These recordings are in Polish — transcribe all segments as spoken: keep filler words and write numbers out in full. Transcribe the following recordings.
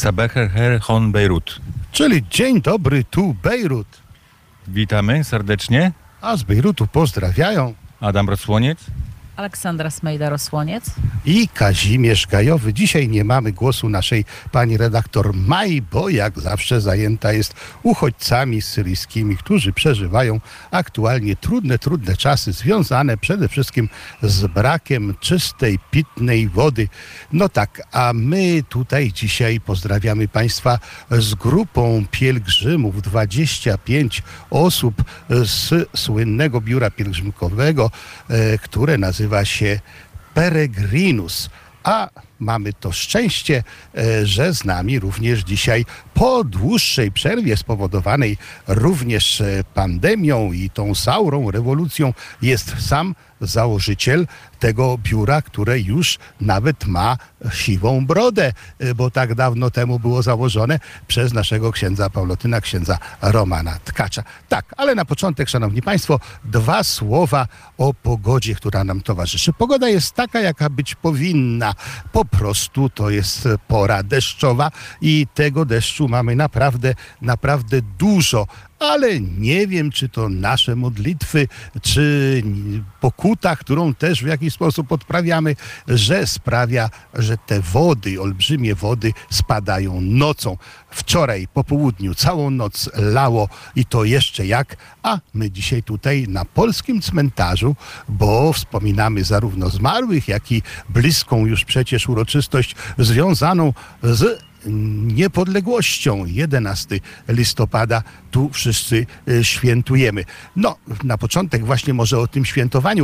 Sabeher Her Hon Bejrut. Czyli dzień dobry tu Bejrut. Witamy serdecznie. A z Bejrutu pozdrawiają Adam Rosłoniec. Aleksandra Smejda-Rosłoniec i Kazimierz Gajowy. Dzisiaj nie mamy głosu naszej pani redaktor Mai, bo jak zawsze zajęta jest uchodźcami syryjskimi, którzy przeżywają aktualnie trudne, trudne czasy związane przede wszystkim z brakiem czystej, pitnej wody. No tak, a my tutaj dzisiaj pozdrawiamy Państwa z grupą pielgrzymów, dwadzieścia pięć osób z słynnego biura pielgrzymkowego, które nazywa się Peregrinus, a mamy to szczęście, że z nami również dzisiaj po dłuższej przerwie spowodowanej również pandemią i tą saurą rewolucją jest sam założyciel tego biura, które już nawet ma siwą brodę, bo tak dawno temu było założone przez naszego księdza Paulotyna, księdza Romana Tkacza. Tak, ale na początek, szanowni państwo, dwa słowa o pogodzie, która nam towarzyszy. Pogoda jest taka, jaka być powinna. Po prostu to jest pora deszczowa i tego deszczu mamy naprawdę, naprawdę dużo. Ale nie wiem, czy to nasze modlitwy, czy pokuta, którą też w jakiś sposób odprawiamy, że sprawia, że te wody, olbrzymie wody spadają nocą. Wczoraj po południu całą noc lało i to jeszcze jak, a my dzisiaj tutaj na polskim cmentarzu, bo wspominamy zarówno zmarłych, jak i bliską już przecież uroczystość związaną z niepodległością. jedenastego listopada tu wszyscy świętujemy. No, na początek właśnie może o tym świętowaniu.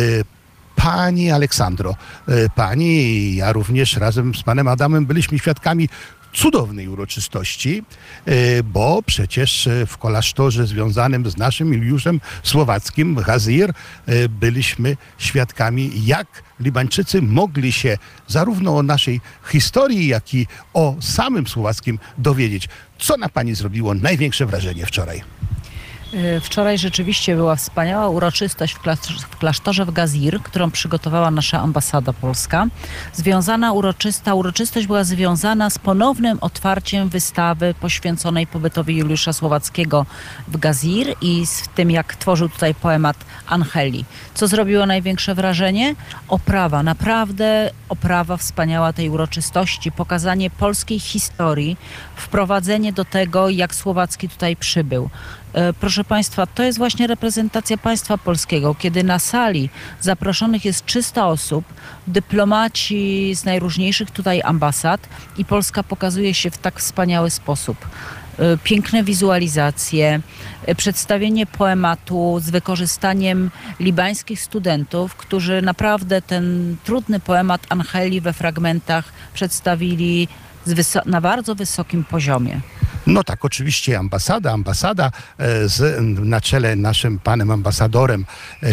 Pani Aleksandro, pani, ja również razem z panem Adamem byliśmy świadkami cudownej uroczystości, bo przecież w klasztorze związanym z naszym Juliuszem Słowackim, Gazir, byliśmy świadkami, jak Libańczycy mogli się zarówno o naszej historii, jak i o samym Słowackim dowiedzieć. Co na pani zrobiło największe wrażenie wczoraj? Wczoraj rzeczywiście była wspaniała uroczystość w, klasztorze, w klasztorze w Gazir, którą przygotowała nasza ambasada polska. Związana uroczysta, uroczystość była związana z ponownym otwarciem wystawy poświęconej pobytowi Juliusza Słowackiego w Gazir i z tym, jak tworzył tutaj poemat Angeli. Co zrobiło największe wrażenie? Oprawa, naprawdę oprawa wspaniała tej uroczystości, pokazanie polskiej historii, wprowadzenie do tego, jak Słowacki tutaj przybył. Proszę Państwa, to jest właśnie reprezentacja państwa polskiego, kiedy na sali zaproszonych jest trzysta osób, dyplomaci z najróżniejszych tutaj ambasad i Polska pokazuje się w tak wspaniały sposób. Piękne wizualizacje, przedstawienie poematu z wykorzystaniem libańskich studentów, którzy naprawdę ten trudny poemat Angeli we fragmentach przedstawili na bardzo wysokim poziomie. No tak, oczywiście ambasada, ambasada z, na czele naszym panem ambasadorem,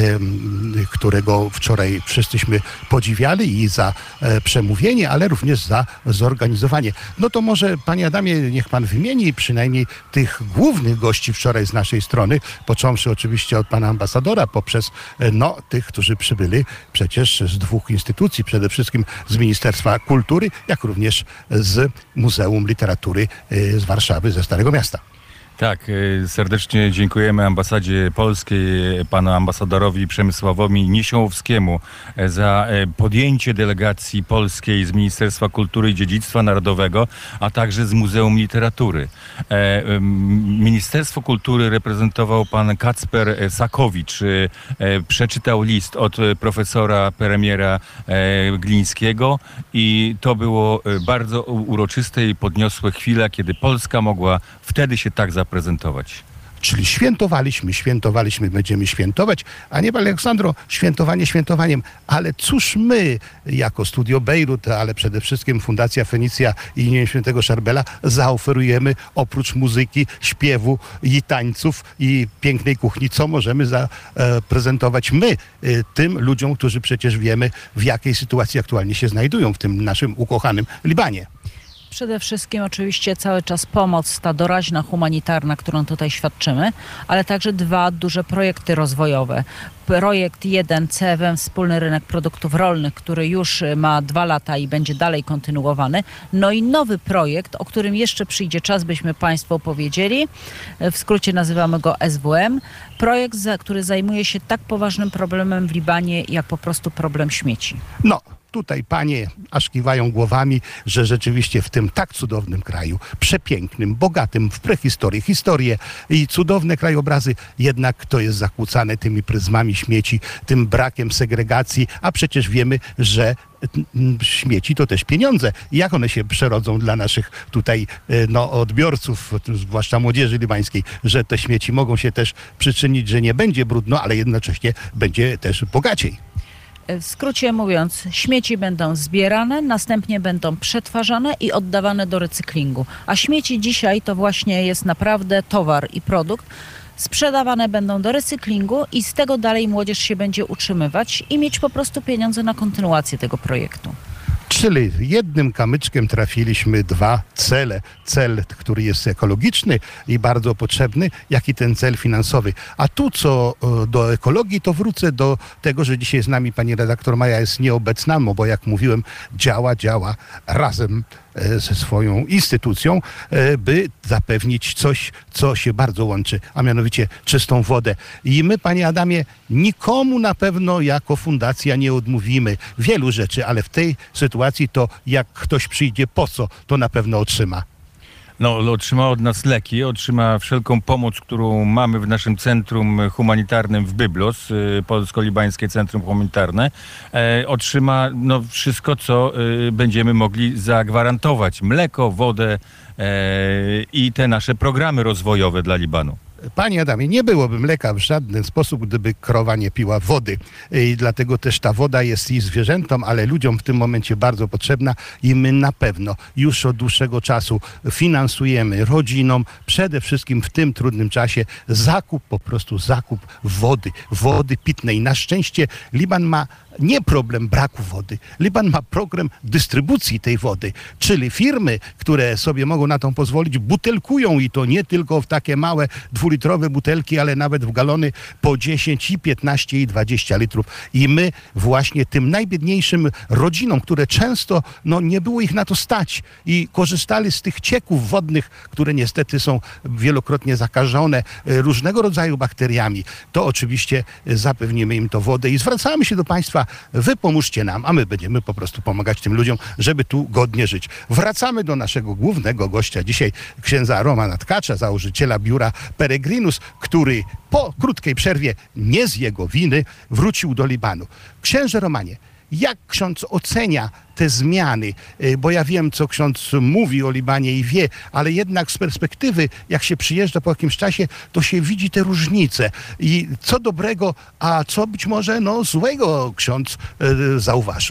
którego wczoraj wszyscyśmy podziwiali i za przemówienie, ale również za zorganizowanie. No to może, panie Adamie, niech pan wymieni przynajmniej tych głównych gości wczoraj z naszej strony, począwszy oczywiście od pana ambasadora, poprzez no, tych, którzy przybyli przecież z dwóch instytucji, przede wszystkim z Ministerstwa Kultury, jak również z Muzeum Literatury z Warszawy, ze Starego Miasta. Tak, serdecznie dziękujemy ambasadzie polskiej, panu ambasadorowi Przemysławowi Niesiołowskiemu za podjęcie delegacji polskiej z Ministerstwa Kultury i Dziedzictwa Narodowego, a także z Muzeum Literatury. Ministerstwo Kultury reprezentował pan Kacper Sakowicz. Przeczytał list od profesora premiera Glińskiego i to było bardzo uroczyste i podniosłe chwile, kiedy Polska mogła wtedy się tak zaprezentować. prezentować. Czyli świętowaliśmy, świętowaliśmy, będziemy świętować, a nie, panie Aleksandro, świętowanie świętowaniem. Ale cóż my, jako Studio Bejrut, ale przede wszystkim Fundacja Fenicja i imieniem świętego Szarbela, zaoferujemy oprócz muzyki, śpiewu i tańców i pięknej kuchni, co możemy zaprezentować my tym ludziom, którzy przecież wiemy, w jakiej sytuacji aktualnie się znajdują w tym naszym ukochanym Libanie. Przede wszystkim oczywiście cały czas pomoc, ta doraźna, humanitarna, którą tutaj świadczymy, ale także dwa duże projekty rozwojowe. Projekt jeden C F M, Wspólny Rynek Produktów Rolnych, który już ma dwa lata i będzie dalej kontynuowany. No i nowy projekt, o którym jeszcze przyjdzie czas, byśmy Państwu opowiedzieli. W skrócie nazywamy go S W M. Projekt, za, który zajmuje się tak poważnym problemem w Libanie, jak po prostu problem śmieci. No. Tutaj panie aż kiwają głowami, że rzeczywiście w tym tak cudownym kraju, przepięknym, bogatym w prehistorię, historię i cudowne krajobrazy, jednak to jest zakłócane tymi pryzmami śmieci, tym brakiem segregacji, a przecież wiemy, że śmieci to też pieniądze. I jak one się przerodzą dla naszych tutaj no, odbiorców, zwłaszcza młodzieży libańskiej, że te śmieci mogą się też przyczynić, że nie będzie brudno, ale jednocześnie będzie też bogaciej. W skrócie mówiąc, śmieci będą zbierane, następnie będą przetwarzane i oddawane do recyklingu. A śmieci dzisiaj to właśnie jest naprawdę towar i produkt. Sprzedawane będą do recyklingu i z tego dalej młodzież się będzie utrzymywać i mieć po prostu pieniądze na kontynuację tego projektu. Czyli jednym kamyczkiem trafiliśmy dwa cele. Cel, który jest ekologiczny i bardzo potrzebny, jak i ten cel finansowy. A tu co do ekologii, to wrócę do tego, że dzisiaj z nami pani redaktor Maja jest nieobecna, no bo jak mówiłem, działa, działa razem ze swoją instytucją, by zapewnić coś, co się bardzo łączy, a mianowicie czystą wodę. I my, panie Adamie, nikomu na pewno jako fundacja nie odmówimy wielu rzeczy, ale w tej sytuacji to jak ktoś przyjdzie po co, to na pewno otrzyma. No, otrzyma od nas leki, otrzyma wszelką pomoc, którą mamy w naszym centrum humanitarnym w Byblos, Polsko-Libańskie Centrum Humanitarne. E, otrzyma no, wszystko, co e, będziemy mogli zagwarantować. Mleko, wodę e, i te nasze programy rozwojowe dla Libanu. Panie Adamie, nie byłoby mleka w żaden sposób, gdyby krowa nie piła wody. I dlatego też ta woda jest i zwierzętom, ale ludziom w tym momencie bardzo potrzebna i my na pewno już od dłuższego czasu finansujemy rodzinom, przede wszystkim w tym trudnym czasie, zakup, po prostu zakup wody, wody pitnej. Na szczęście Liban ma nie problem braku wody. Liban ma program dystrybucji tej wody, czyli firmy, które sobie mogą na to pozwolić, butelkują i to nie tylko w takie małe dwulitrowe butelki, ale nawet w galony po dziesięć, i piętnaście, i dwadzieścia litrów. I my właśnie tym najbiedniejszym rodzinom, które często no, nie było ich na to stać i korzystali z tych cieków wodnych, które niestety są wielokrotnie zakażone różnego rodzaju bakteriami, to oczywiście zapewnimy im to wodę i zwracamy się do państwa. Wy pomóżcie nam, a my będziemy po prostu pomagać tym ludziom, żeby tu godnie żyć. Wracamy do naszego głównego gościa dzisiaj, księdza Romana Tkacza, założyciela biura Peregrinus, który po krótkiej przerwie, nie z jego winy, wrócił do Libanu. Księże Romanie, jak ksiądz ocenia te zmiany? Bo ja wiem, co ksiądz mówi o Libanie i wie, ale jednak z perspektywy, jak się przyjeżdża po jakimś czasie, to się widzi te różnice. I co dobrego, a co być może no, złego ksiądz e, zauważył.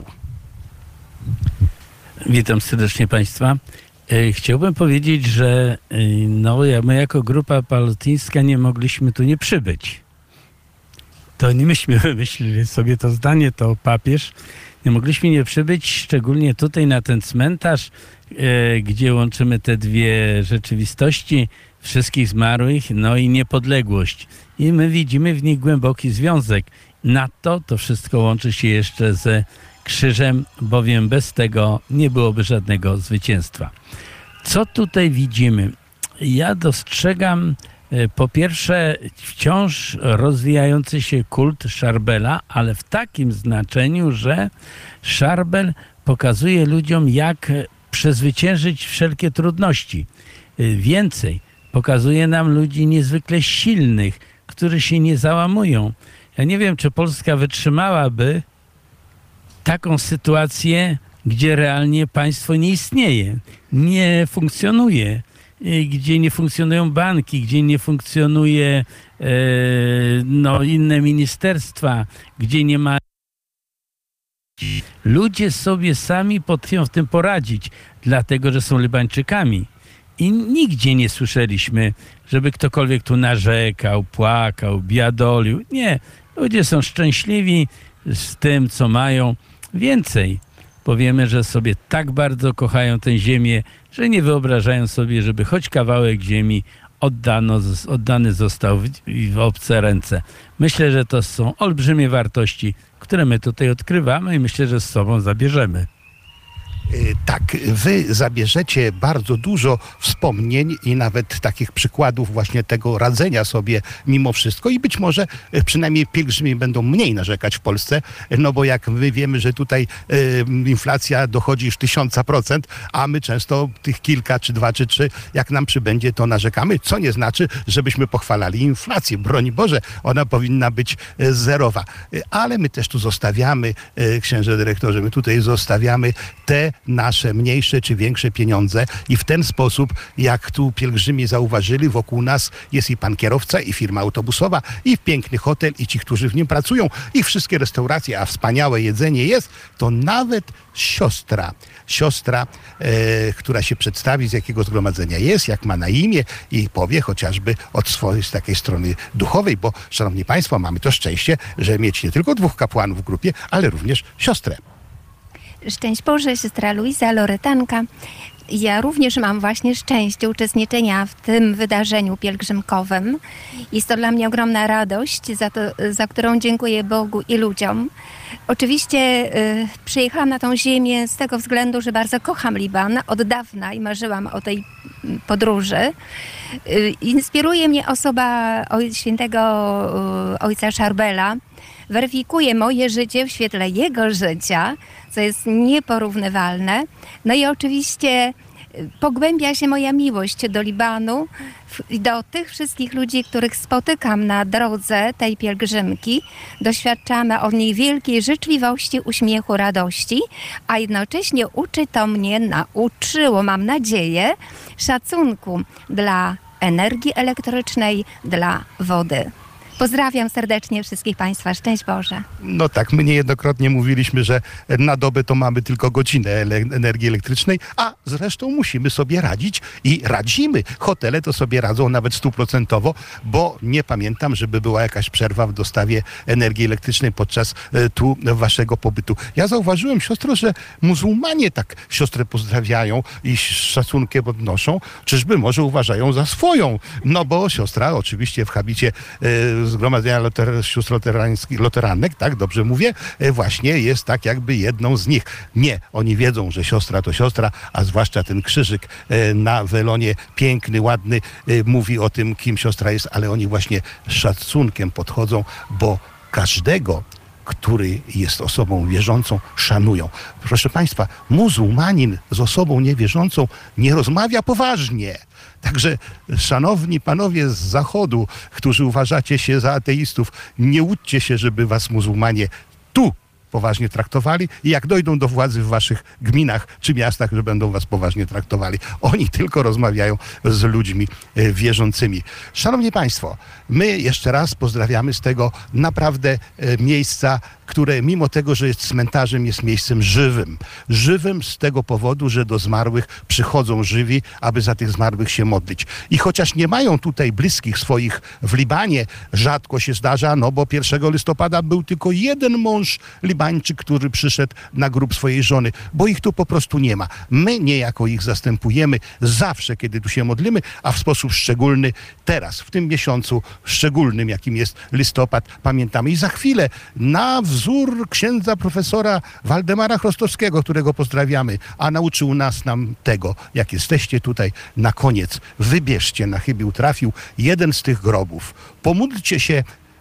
Witam serdecznie państwa. Chciałbym powiedzieć, że no, my jako grupa palotyńska nie mogliśmy tu nie przybyć. To nie myśmy wymyślili sobie to zdanie, to papież. Nie mogliśmy nie przybyć, szczególnie tutaj na ten cmentarz, e, gdzie łączymy te dwie rzeczywistości, wszystkich zmarłych, no i niepodległość. I my widzimy w nich głęboki związek. Nadto to wszystko łączy się jeszcze ze krzyżem, bowiem bez tego nie byłoby żadnego zwycięstwa. Co tutaj widzimy? Ja dostrzegam po pierwsze wciąż rozwijający się kult Szarbela, ale w takim znaczeniu, że Szarbel pokazuje ludziom, jak przezwyciężyć wszelkie trudności. Więcej, pokazuje nam ludzi niezwykle silnych, którzy się nie załamują. Ja nie wiem, czy Polska wytrzymałaby taką sytuację, gdzie realnie państwo nie istnieje, nie funkcjonuje, gdzie nie funkcjonują banki, gdzie nie funkcjonuje e, no, inne ministerstwa, gdzie nie ma... Ludzie sobie sami potrafią w tym poradzić, dlatego że są Libańczykami. I nigdzie nie słyszeliśmy, żeby ktokolwiek tu narzekał, płakał, biadolił. Nie, ludzie są szczęśliwi z tym, co mają. Więcej, powiemy, że sobie tak bardzo kochają tę ziemię, że nie wyobrażają sobie, żeby choć kawałek ziemi oddano, oddany został w, w obce ręce. Myślę, że to są olbrzymie wartości, które my tutaj odkrywamy i myślę, że z sobą zabierzemy. Tak, wy zabierzecie bardzo dużo wspomnień i nawet takich przykładów właśnie tego radzenia sobie mimo wszystko i być może przynajmniej pielgrzymi będą mniej narzekać w Polsce, no bo jak my wiemy, że tutaj y, inflacja dochodzi już tysiąca procent, a my często tych kilka, czy dwa, czy trzy, jak nam przybędzie, to narzekamy, co nie znaczy, żebyśmy pochwalali inflację. Broń Boże, ona powinna być y, zerowa. Y, ale my też tu zostawiamy, y, księże dyrektorze, my tutaj zostawiamy te nasze mniejsze czy większe pieniądze i w ten sposób, jak tu pielgrzymi zauważyli, wokół nas jest i pan kierowca, i firma autobusowa, i piękny hotel, i ci, którzy w nim pracują, i wszystkie restauracje, a wspaniałe jedzenie jest, to nawet siostra, siostra, e, która się przedstawi, z jakiego zgromadzenia jest, jak ma na imię i powie chociażby od swojej z takiej strony duchowej, bo, szanowni państwo, mamy to szczęście, że mieć nie tylko dwóch kapłanów w grupie, ale również siostrę. Szczęść Boże, siostra Luiza, Loretanka. Ja również mam właśnie szczęście uczestniczenia w tym wydarzeniu pielgrzymkowym. Jest to dla mnie ogromna radość, za, to, za którą dziękuję Bogu i ludziom. Oczywiście y, przyjechałam na tą ziemię z tego względu, że bardzo kocham Liban od dawna i marzyłam o tej podróży. Y, inspiruje mnie osoba oj, świętego y, ojca Szarbela. Weryfikuje moje życie w świetle jego życia, co jest nieporównywalne. No i oczywiście pogłębia się moja miłość do Libanu i do tych wszystkich ludzi, których spotykam na drodze tej pielgrzymki. Doświadczamy od niej wielkiej życzliwości, uśmiechu, radości, a jednocześnie uczy to mnie, nauczyło, mam nadzieję, szacunku dla energii elektrycznej, dla wody. Pozdrawiam serdecznie wszystkich państwa. Szczęść Boże. No tak, my niejednokrotnie mówiliśmy, że na dobę to mamy tylko godzinę ele- energii elektrycznej, a zresztą musimy sobie radzić i radzimy. Hotele to sobie radzą nawet stuprocentowo, bo nie pamiętam, żeby była jakaś przerwa w dostawie energii elektrycznej podczas e, tu waszego pobytu. Ja zauważyłem, siostro, że muzułmanie tak siostrę pozdrawiają i szacunkiem podnoszą. Czyżby może uważają za swoją? No bo siostra oczywiście w habicie e, Zgromadzenia Loter, Sióstr Loteranek, tak, dobrze mówię, właśnie jest tak jakby jedną z nich. Nie, oni wiedzą, że siostra to siostra, a zwłaszcza ten krzyżyk na welonie, piękny, ładny, mówi o tym, kim siostra jest, ale oni właśnie z szacunkiem podchodzą, bo każdego, który jest osobą wierzącą, szanują. Proszę państwa, muzułmanin z osobą niewierzącą nie rozmawia poważnie. Także, szanowni panowie z Zachodu, którzy uważacie się za ateistów, nie łudźcie się, żeby was muzułmanie tu poważnie traktowali i jak dojdą do władzy w waszych gminach czy miastach, że będą was poważnie traktowali. Oni tylko rozmawiają z ludźmi e, wierzącymi. Szanowni państwo, my jeszcze raz pozdrawiamy z tego naprawdę e, miejsca, które mimo tego, że jest cmentarzem, jest miejscem żywym. Żywym z tego powodu, że do zmarłych przychodzą żywi, aby za tych zmarłych się modlić. I chociaż nie mają tutaj bliskich swoich w Libanie, rzadko się zdarza, no bo pierwszego listopada był tylko jeden mąż Libańczyk, który przyszedł na grób swojej żony, bo ich tu po prostu nie ma. My niejako ich zastępujemy zawsze, kiedy tu się modlimy, a w sposób szczególny teraz, w tym miesiącu szczególnym, jakim jest listopad, pamiętamy. I za chwilę na wzór księdza profesora Waldemara Chrostowskiego, którego pozdrawiamy, a nauczył nas nam tego, jak jesteście tutaj na koniec. Wybierzcie, na chybił trafił jeden z tych grobów. Pomódlcie się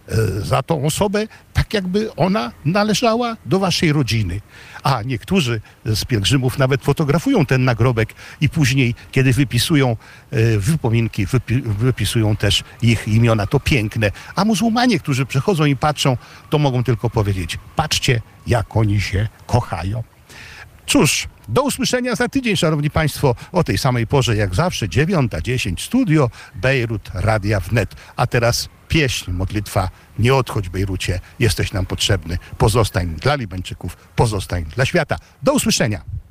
za tą osobę, tak jakby ona należała do waszej rodziny. A niektórzy z pielgrzymów nawet fotografują ten nagrobek i później, kiedy wypisują wypominki, wypi wypisują też ich imiona. To piękne. A muzułmanie, którzy przychodzą i patrzą, to mogą tylko powiedzieć, patrzcie, jak oni się kochają. Cóż, do usłyszenia za tydzień, szanowni państwo, o tej samej porze jak zawsze, dziewiąta dziesięć, studio Bejrut Radia Wnet. A teraz pieśń, modlitwa, nie odchodź Bejrucie, jesteś nam potrzebny, pozostań dla Libańczyków, pozostań dla świata. Do usłyszenia.